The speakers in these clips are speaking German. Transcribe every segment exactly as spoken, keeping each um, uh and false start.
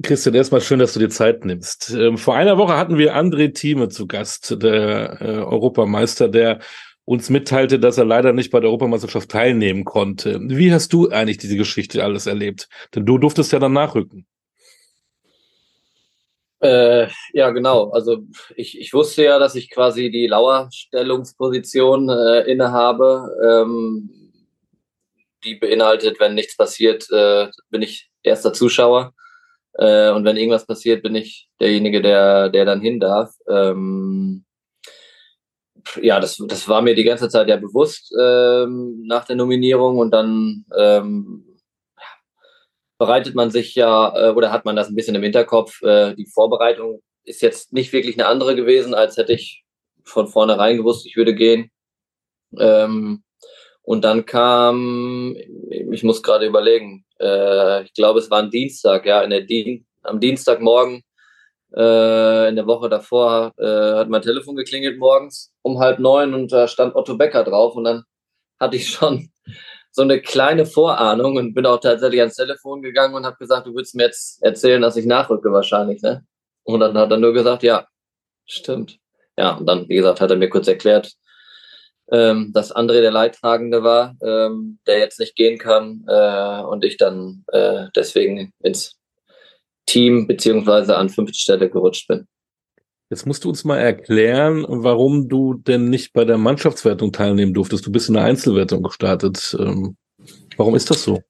Christian, erstmal schön, dass du dir Zeit nimmst. Ähm, vor einer Woche hatten wir André Thieme zu Gast, der äh, Europameister, der uns mitteilte, dass er leider nicht bei der Europameisterschaft teilnehmen konnte. Wie hast du eigentlich diese Geschichte alles erlebt? Denn du durftest ja dann nachrücken. Äh, ja, genau. Also ich, ich wusste ja, dass ich quasi die Lauerstellungsposition äh, innehabe. Ähm, die beinhaltet, wenn nichts passiert, äh, bin ich erster Zuschauer. Äh, und wenn irgendwas passiert, bin ich derjenige, der, der dann hin darf. Ähm, ja, das, das war mir die ganze Zeit ja bewusst ähm, nach der Nominierung. Und dann ähm, bereitet man sich ja äh, oder hat man das ein bisschen im Hinterkopf. Äh, die Vorbereitung ist jetzt nicht wirklich eine andere gewesen, als hätte ich von vornherein gewusst, ich würde gehen. Ähm, und dann kam, ich muss gerade überlegen, äh, ich glaube, es war ein Dienstag, ja, in der Dien am Dienstagmorgen äh, in der Woche davor äh, hat mein Telefon geklingelt morgens um halb neun und da stand Otto Becker drauf und dann hatte ich schon so eine kleine Vorahnung und bin auch tatsächlich ans Telefon gegangen und habe gesagt, du würdest mir jetzt erzählen, dass ich nachrücke wahrscheinlich, ne? Und dann hat er nur gesagt, ja, stimmt. Ja, und dann, wie gesagt, hat er mir kurz erklärt, ähm, dass André der Leidtragende war, ähm, der jetzt nicht gehen kann äh, und ich dann äh, deswegen ins Team beziehungsweise an fünfte Stelle gerutscht bin. Jetzt musst du uns mal erklären, warum du denn nicht bei der Mannschaftswertung teilnehmen durftest. Du bist in der Einzelwertung gestartet. Ähm, warum ist das so?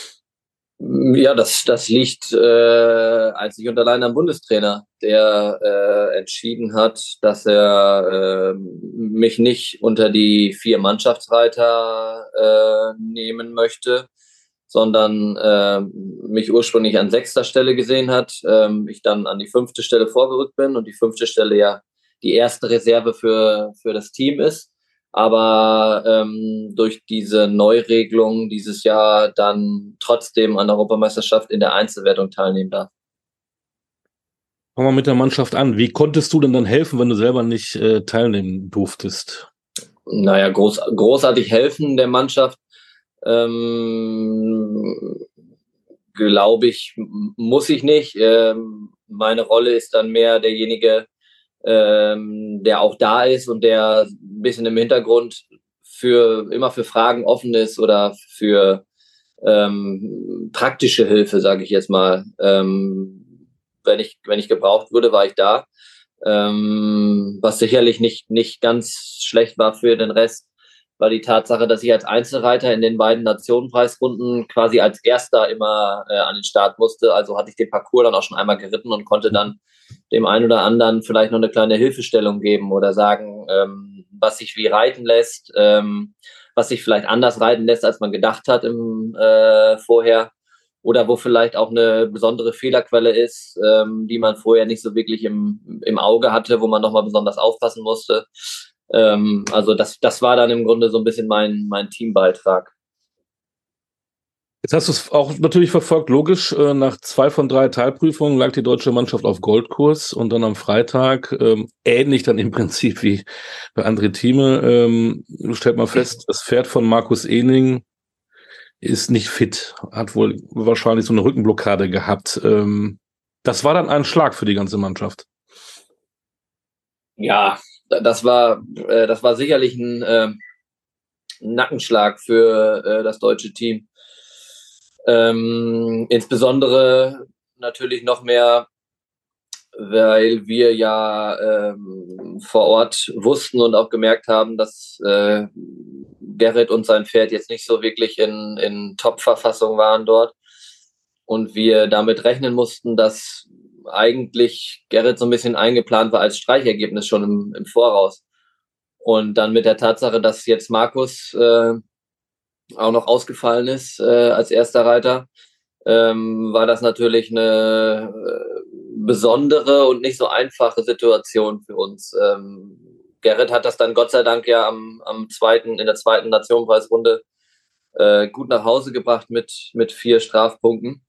Ja, das, das liegt äh, einzig und allein am Bundestrainer, der äh, entschieden hat, dass er äh, mich nicht unter die vier Mannschaftsreiter äh, nehmen möchte, sondern äh, mich ursprünglich an sechster Stelle gesehen hat, ähm, ich dann an die fünfte Stelle vorgerückt bin und die fünfte Stelle ja die erste Reserve für, für das Team ist. Aber ähm, durch diese Neuregelung dieses Jahr dann trotzdem an der Europameisterschaft in der Einzelwertung teilnehmen darf. Fangen wir mit der Mannschaft an. Wie konntest du denn dann helfen, wenn du selber nicht äh, teilnehmen durftest? Naja, groß, großartig helfen der Mannschaft, ähm, glaube ich, muss ich nicht. Ähm, meine Rolle ist dann mehr derjenige, ähm, der auch da ist und der ein bisschen im Hintergrund für immer für Fragen offen ist oder für ähm, praktische Hilfe, sage ich jetzt mal. Ähm, wenn ich wenn ich gebraucht wurde, war ich da. Ähm, was sicherlich nicht nicht ganz schlecht war für den Rest, war die Tatsache, dass ich als Einzelreiter in den beiden Nationenpreisrunden quasi als Erster immer äh, an den Start musste. Also hatte ich den Parcours dann auch schon einmal geritten und konnte dann dem einen oder anderen vielleicht noch eine kleine Hilfestellung geben oder sagen, ähm, was sich wie reiten lässt, ähm, was sich vielleicht anders reiten lässt, als man gedacht hat im äh, vorher. Oder wo vielleicht auch eine besondere Fehlerquelle ist, ähm, die man vorher nicht so wirklich im, im Auge hatte, wo man nochmal besonders aufpassen musste. Ähm, also das, das war dann im Grunde so ein bisschen mein, mein Teambeitrag. Jetzt hast du es auch natürlich verfolgt, logisch. Äh, nach zwei von drei Teilprüfungen lag die deutsche Mannschaft auf Goldkurs und dann am Freitag, ähm, ähnlich dann im Prinzip wie bei André Thieme, ähm, stellt man fest, das Pferd von Markus Ehning ist nicht fit, hat wohl wahrscheinlich so eine Rückenblockade gehabt. Ähm, das war dann ein Schlag für die ganze Mannschaft. Ja, das war, äh, das war sicherlich ein äh, Nackenschlag für äh, das deutsche Team. Ähm, insbesondere natürlich noch mehr, weil wir ja ähm, vor Ort wussten und auch gemerkt haben, dass äh, Gerrit und sein Pferd jetzt nicht so wirklich in, in Top-Verfassung waren dort. Und wir damit rechnen mussten, dass eigentlich Gerrit so ein bisschen eingeplant war als Streichergebnis schon im, im Voraus. Und dann mit der Tatsache, dass jetzt Markus äh, auch noch ausgefallen ist äh, als erster Reiter, ähm, war das natürlich eine äh, besondere und nicht so einfache Situation für uns. Ähm, Gerrit hat das dann Gott sei Dank ja am, am zweiten, in der zweiten Nationenpreisrunde äh, gut nach Hause gebracht mit, mit vier Strafpunkten.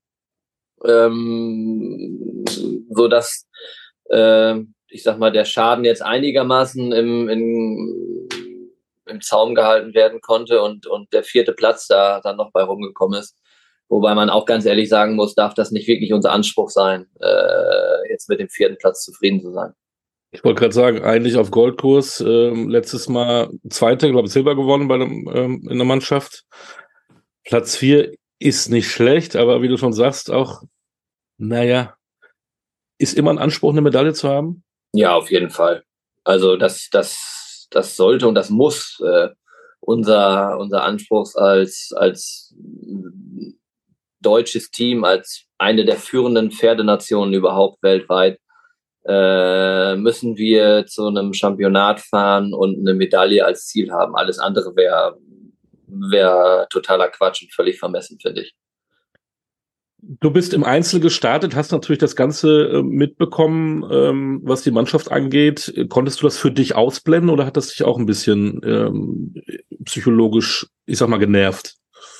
Ähm, so dass äh, ich sag mal, der Schaden jetzt einigermaßen im, im, im Zaum gehalten werden konnte und, und der vierte Platz da dann noch bei rumgekommen ist. Wobei man auch ganz ehrlich sagen muss, darf das nicht wirklich unser Anspruch sein, äh, jetzt mit dem vierten Platz zufrieden zu sein. Ich wollte gerade sagen, eigentlich auf Goldkurs, ähm, letztes Mal Zweiter, glaube ich, Silber gewonnen bei dem, ähm, in der Mannschaft. Platz vier ist nicht schlecht, aber wie du schon sagst, auch, naja, ist immer ein Anspruch, eine Medaille zu haben? Ja, auf jeden Fall. Also das, das, das sollte und das muss äh, unser, unser Anspruch als, als deutsches Team, als eine der führenden Pferdenationen überhaupt weltweit, äh, müssen wir zu einem Championat fahren und eine Medaille als Ziel haben. Alles andere wäre wär totaler Quatsch und völlig vermessen, finde ich. Du bist im Einzel gestartet, hast natürlich das Ganze äh, mitbekommen, ähm, was die Mannschaft angeht. Konntest du das für dich ausblenden oder hat das dich auch ein bisschen ähm, psychologisch, ich sag mal, genervt?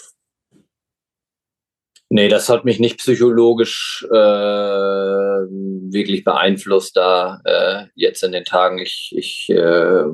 Nee, das hat mich nicht psychologisch äh, wirklich beeinflusst da äh, jetzt in den Tagen. Ich, ich äh,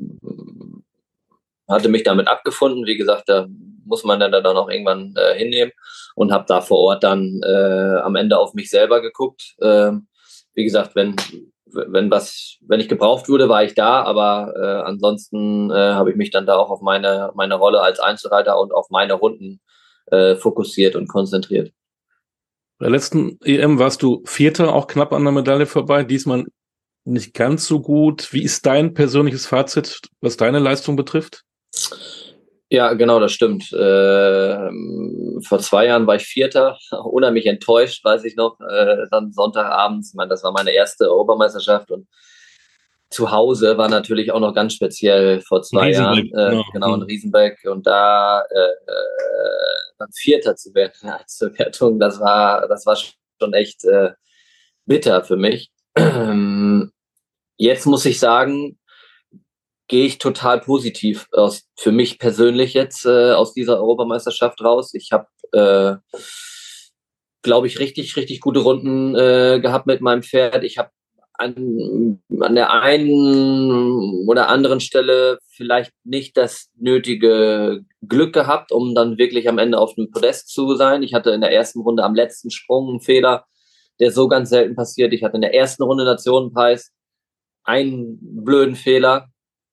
hatte mich damit abgefunden. Wie gesagt, da muss man dann, dann auch irgendwann äh, hinnehmen und habe da vor Ort dann äh, am Ende auf mich selber geguckt. Äh, wie gesagt, wenn wenn was, wenn ich gebraucht wurde, war ich da, aber äh, ansonsten äh, habe ich mich dann da auch auf meine meine Rolle als Einzelreiter und auf meine Runden äh, fokussiert und konzentriert. Bei der letzten E M warst du Vierter, auch knapp an der Medaille vorbei. Diesmal nicht ganz so gut. Wie ist dein persönliches Fazit, was deine Leistung betrifft? Ja, genau, das stimmt. Äh, vor zwei Jahren war ich Vierter, unheimlich enttäuscht, weiß ich noch. Äh, dann Sonntagabends, ich meine, das war meine erste Europameisterschaft und zu Hause war natürlich auch noch ganz speziell vor zwei Riesenglück, Jahren, äh, genau. genau in Riesenbeck und da äh, äh, dann Vierter zu werden in der Einzelwertung, das war, das war schon echt äh, bitter für mich. Jetzt muss ich sagen, gehe ich total positiv aus, für mich persönlich jetzt äh, aus dieser Europameisterschaft raus. Ich habe, äh, glaube ich, richtig, richtig gute Runden äh, gehabt mit meinem Pferd. Ich habe an, an der einen oder anderen Stelle vielleicht nicht das nötige Glück gehabt, um dann wirklich am Ende auf dem Podest zu sein. Ich hatte in der ersten Runde am letzten Sprung einen Fehler, der so ganz selten passiert. Ich hatte in der ersten Runde Nationenpreis einen blöden Fehler,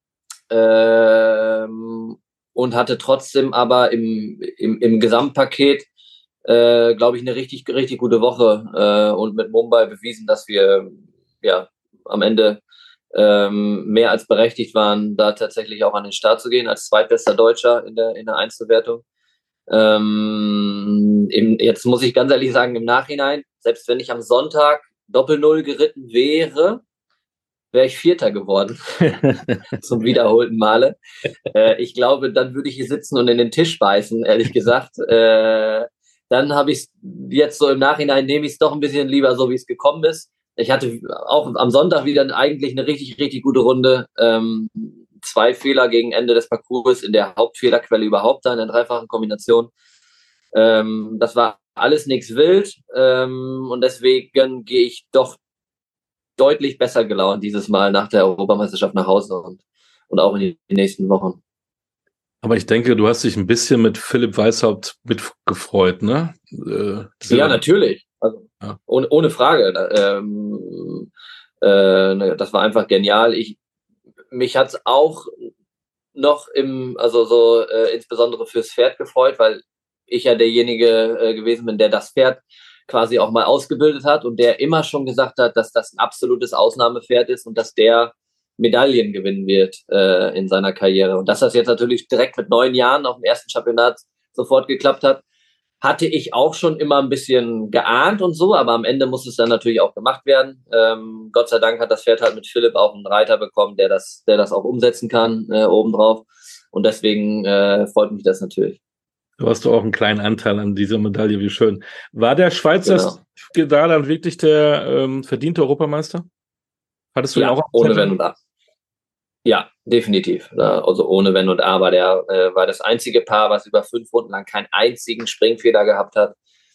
ähm, und hatte trotzdem aber im, im, im Gesamtpaket, äh, glaube ich, eine richtig, richtig gute Woche äh, und mit Mumbai bewiesen, dass wir ja am Ende ähm, mehr als berechtigt waren, da tatsächlich auch an den Start zu gehen als zweitbester Deutscher in der, in der Einzelwertung. Ähm, im, jetzt muss ich ganz ehrlich sagen, im Nachhinein, selbst wenn ich am Sonntag Doppel-Null geritten wäre, wäre ich Vierter geworden. Zum wiederholten Male. Äh, ich glaube, dann würde ich hier sitzen und in den Tisch beißen, ehrlich gesagt. Äh, dann habe ich es jetzt so im Nachhinein, nehme ich es doch ein bisschen lieber so, wie es gekommen ist. Ich hatte auch am Sonntag wieder eigentlich eine richtig, richtig gute Runde. Ähm, zwei Fehler gegen Ende des Parcours in der Hauptfehlerquelle überhaupt, da in der dreifachen Kombination. Ähm, das war alles nichts wild. Ähm, und deswegen gehe ich doch deutlich besser gelaunt dieses Mal nach der Europameisterschaft nach Hause und, und auch in den nächsten Wochen. Aber ich denke, du hast dich ein bisschen mit Philipp Weishaupt mitgefreut, ne? Äh, ja, natürlich. Also, ja. ohne, ohne Frage. Ähm, äh, das war einfach genial. Ich, mich hat es auch noch im, also so äh, insbesondere fürs Pferd gefreut, weil ich ja derjenige äh, gewesen bin, der das Pferd quasi auch mal ausgebildet hat und der immer schon gesagt hat, dass das ein absolutes Ausnahmepferd ist und dass der Medaillen gewinnen wird äh, in seiner Karriere. Und dass das jetzt natürlich direkt mit neun Jahren auf dem ersten Championat sofort geklappt hat, hatte ich auch schon immer ein bisschen geahnt und so, aber am Ende muss es dann natürlich auch gemacht werden. Ähm, Gott sei Dank hat das Pferd halt mit Philipp auch einen Reiter bekommen, der das, der das auch umsetzen kann äh, obendrauf. Und deswegen äh, freut mich das natürlich. Du hast doch auch einen kleinen Anteil an dieser Medaille, wie schön. War der Schweizer Genau. da dann wirklich der ähm, verdiente Europameister? Hattest du ihn Ja, auch? ohne Wenn und Aber. Ja, definitiv. Also ohne Wenn und Aber. Der äh, war das einzige Paar, was über fünf Runden lang keinen einzigen Springfehler gehabt hat.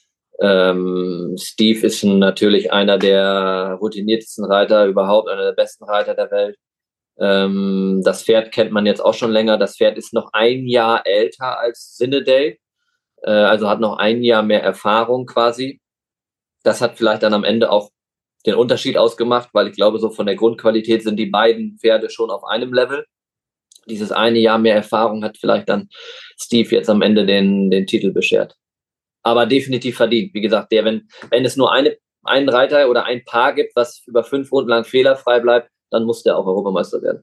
Ähm, Steve ist natürlich einer der routiniertesten Reiter überhaupt, einer der besten Reiter der Welt. Ähm, das Pferd kennt man jetzt auch schon länger. Das Pferd ist noch ein Jahr älter als Sinneday. äh, also hat noch ein Jahr mehr Erfahrung quasi. Das hat vielleicht dann am Ende auch den Unterschied ausgemacht, weil ich glaube, so von der Grundqualität sind die beiden Pferde schon auf einem Level. Dieses eine Jahr mehr Erfahrung hat vielleicht dann Steve jetzt am Ende den, den Titel beschert. Aber definitiv verdient. Wie gesagt, der, wenn, wenn es nur eine, einen Reiter oder ein Paar gibt, was über fünf Runden lang fehlerfrei bleibt, dann muss der auch Europameister werden.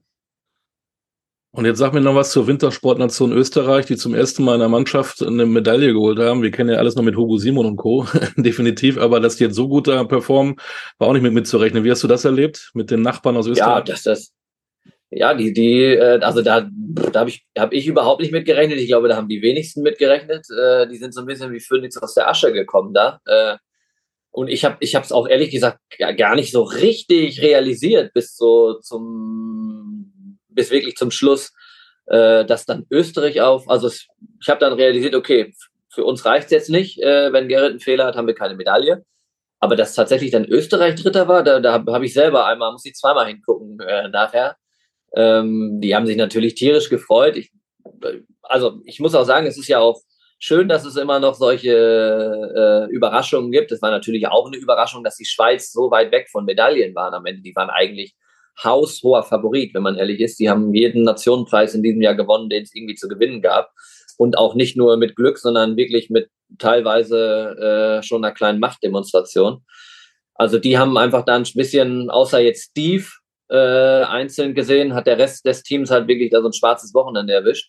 Und jetzt sag mir noch was zur Wintersportnation Österreich, die zum ersten Mal in der Mannschaft eine Medaille geholt haben. Wir kennen ja alles noch mit Hugo Simon und Co. Definitiv, aber dass die jetzt so gut da performen, war auch nicht mit mitzurechnen. Wie hast du das erlebt mit den Nachbarn aus Österreich? Ja, das, das, ja, die, die, also da, da habe ich, hab ich überhaupt nicht mitgerechnet. Ich glaube, da haben die wenigsten mitgerechnet. Äh, die sind so ein bisschen wie Phönix aus der Asche gekommen da. Äh, und ich habe, ich habe es auch ehrlich gesagt gar nicht so richtig realisiert bis so zum, bis wirklich zum Schluss, äh, dass dann Österreich auf, also es, ich habe dann realisiert, okay, für uns reicht es jetzt nicht, äh, wenn Gerrit einen Fehler hat, haben wir keine Medaille. Aber dass tatsächlich dann Österreich Dritter war, da, da habe ich selber einmal, muss ich zweimal hingucken äh, nachher. Ähm, die haben sich natürlich tierisch gefreut. Ich, also ich muss auch sagen, es ist ja auch schön, dass es immer noch solche äh, Überraschungen gibt. Es war natürlich auch eine Überraschung, dass die Schweiz so weit weg von Medaillen waren am Ende. Die waren eigentlich haushoher Favorit, wenn man ehrlich ist. Die haben jeden Nationenpreis in diesem Jahr gewonnen, den es irgendwie zu gewinnen gab. Und auch nicht nur mit Glück, sondern wirklich mit teilweise äh, schon einer kleinen Machtdemonstration. Also die haben einfach da ein bisschen, außer jetzt Steve, äh, einzeln gesehen, hat der Rest des Teams halt wirklich da so ein schwarzes Wochenende erwischt.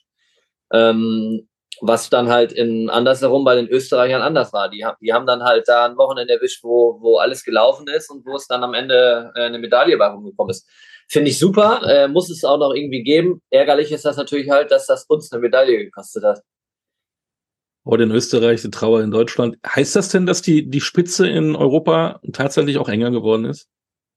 Ähm, was dann halt in andersherum bei den Österreichern anders war. Die, die haben dann halt da ein Wochenende erwischt, wo, wo alles gelaufen ist und wo es dann am Ende äh, eine Medaille bei rumgekommen ist. Finde ich super, äh, muss es auch noch irgendwie geben. Ärgerlich ist das natürlich halt, dass das uns eine Medaille gekostet hat. Oder in Österreich, die Trauer in Deutschland. Heißt das denn, dass die, die Spitze in Europa tatsächlich auch enger geworden ist?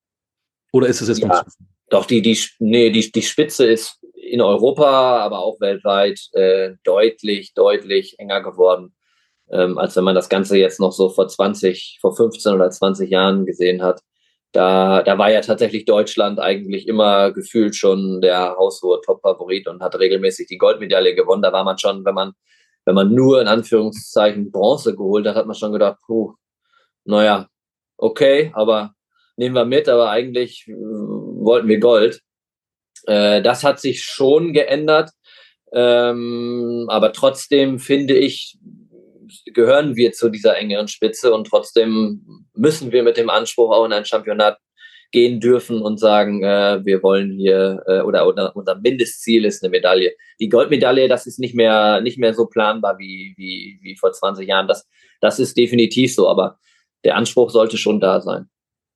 Oder ist es jetzt Ja, noch zu? Doch, die, die, nee, die, die Spitze ist in Europa, aber auch weltweit äh, deutlich, deutlich enger geworden, ähm, als wenn man das Ganze jetzt noch so vor zwanzig, vor fünfzehn oder zwanzig Jahren gesehen hat. Da, da war ja tatsächlich Deutschland eigentlich immer gefühlt schon der haushohe Top-Favorit und hat regelmäßig die Goldmedaille gewonnen. Da war man schon, wenn man, wenn man nur in Anführungszeichen Bronze geholt hat, hat man schon gedacht, puh, naja, okay, aber nehmen wir mit, aber eigentlich äh, wollten wir Gold. Äh, das hat sich schon geändert, ähm, aber trotzdem finde ich, gehören wir zu dieser engeren Spitze und trotzdem müssen wir mit dem Anspruch auch in ein Championat gehen dürfen und sagen, äh, wir wollen hier äh, oder, oder unser Mindestziel ist eine Medaille. Die Goldmedaille, das ist nicht mehr nicht mehr so planbar wie wie wie vor zwanzig Jahren. Das das ist definitiv so, aber der Anspruch sollte schon da sein.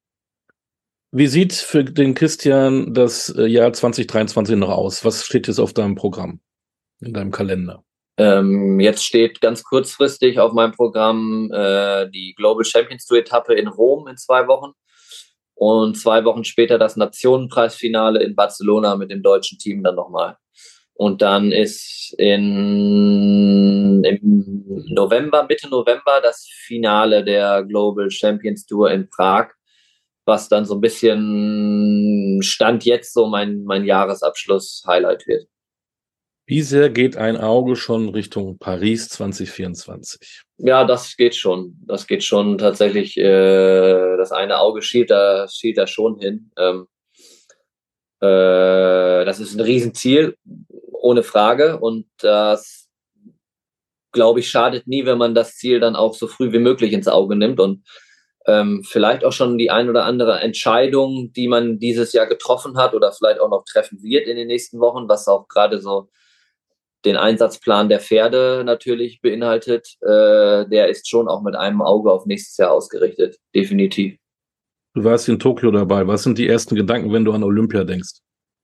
Wie sieht für den Christian das Jahr zwanzig dreiundzwanzig noch aus? Was steht jetzt auf deinem Programm, in deinem Kalender? Ähm, jetzt steht ganz kurzfristig auf meinem Programm äh, die Global Champions Tour Etappe in Rom in zwei Wochen und zwei Wochen später das Nationenpreisfinale in Barcelona mit dem deutschen Team dann nochmal. Und dann ist in, im November, Mitte November das Finale der Global Champions Tour in Prag, was dann so ein bisschen Stand jetzt so mein, mein Jahresabschluss-Highlight wird. Wie sehr geht ein Auge schon Richtung Paris zwanzig vierundzwanzig? Ja, das geht schon. Das geht schon tatsächlich. Äh, das eine Auge schielt da, schielt da schon hin. Ähm, äh, das ist ein Riesenziel, ohne Frage. Und das, glaube ich, schadet nie, wenn man das Ziel dann auch so früh wie möglich ins Auge nimmt und ähm, vielleicht auch schon die ein oder andere Entscheidung, die man dieses Jahr getroffen hat oder vielleicht auch noch treffen wird in den nächsten Wochen, was auch gerade so den Einsatzplan der Pferde natürlich beinhaltet, äh, der ist schon auch mit einem Auge auf nächstes Jahr ausgerichtet, definitiv. Du warst in Tokio dabei. Was sind die ersten Gedanken, wenn du an Olympia denkst?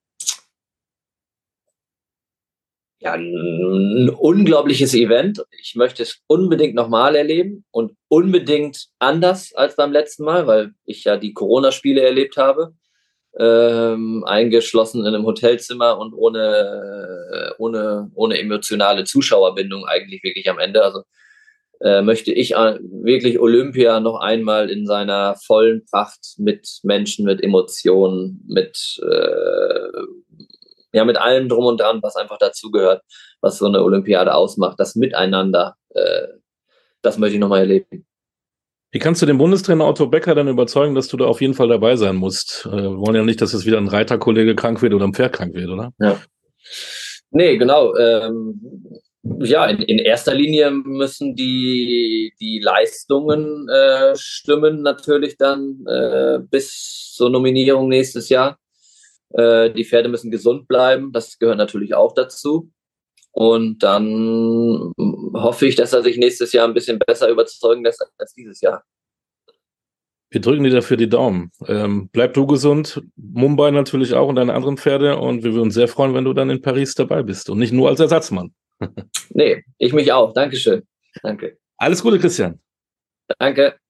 Ja, ein unglaubliches Event. Ich möchte es unbedingt nochmal erleben und unbedingt anders als beim letzten Mal, weil ich ja die Corona-Spiele erlebt habe. Ähm, eingeschlossen in einem Hotelzimmer und ohne, ohne, ohne emotionale Zuschauerbindung eigentlich wirklich am Ende. Also äh, möchte ich wirklich Olympia noch einmal in seiner vollen Pracht mit Menschen, mit Emotionen, mit äh, ja, mit allem drum und dran, was einfach dazugehört, was so eine Olympiade ausmacht, das Miteinander, äh, das möchte ich nochmal erleben. Wie kannst du den Bundestrainer Otto Becker dann überzeugen, dass du da auf jeden Fall dabei sein musst? Äh, wir wollen ja nicht, dass jetzt wieder ein Reiterkollege krank wird oder ein Pferd krank wird, oder? Ja. Nee, genau. Ähm, ja, in, in erster Linie müssen die, die Leistungen äh, stimmen natürlich dann äh, bis zur Nominierung nächstes Jahr. Äh, die Pferde müssen gesund bleiben, das gehört natürlich auch dazu. Und dann hoffe ich, dass er sich nächstes Jahr ein bisschen besser überzeugen lässt als dieses Jahr. Wir drücken dir dafür die Daumen. Ähm, bleib du gesund, Mumbai natürlich auch und deine anderen Pferde. Und wir würden uns sehr freuen, wenn du dann in Paris dabei bist und nicht nur als Ersatzmann. Nee, ich mich auch. Dankeschön. Danke. Alles Gute, Christian. Danke.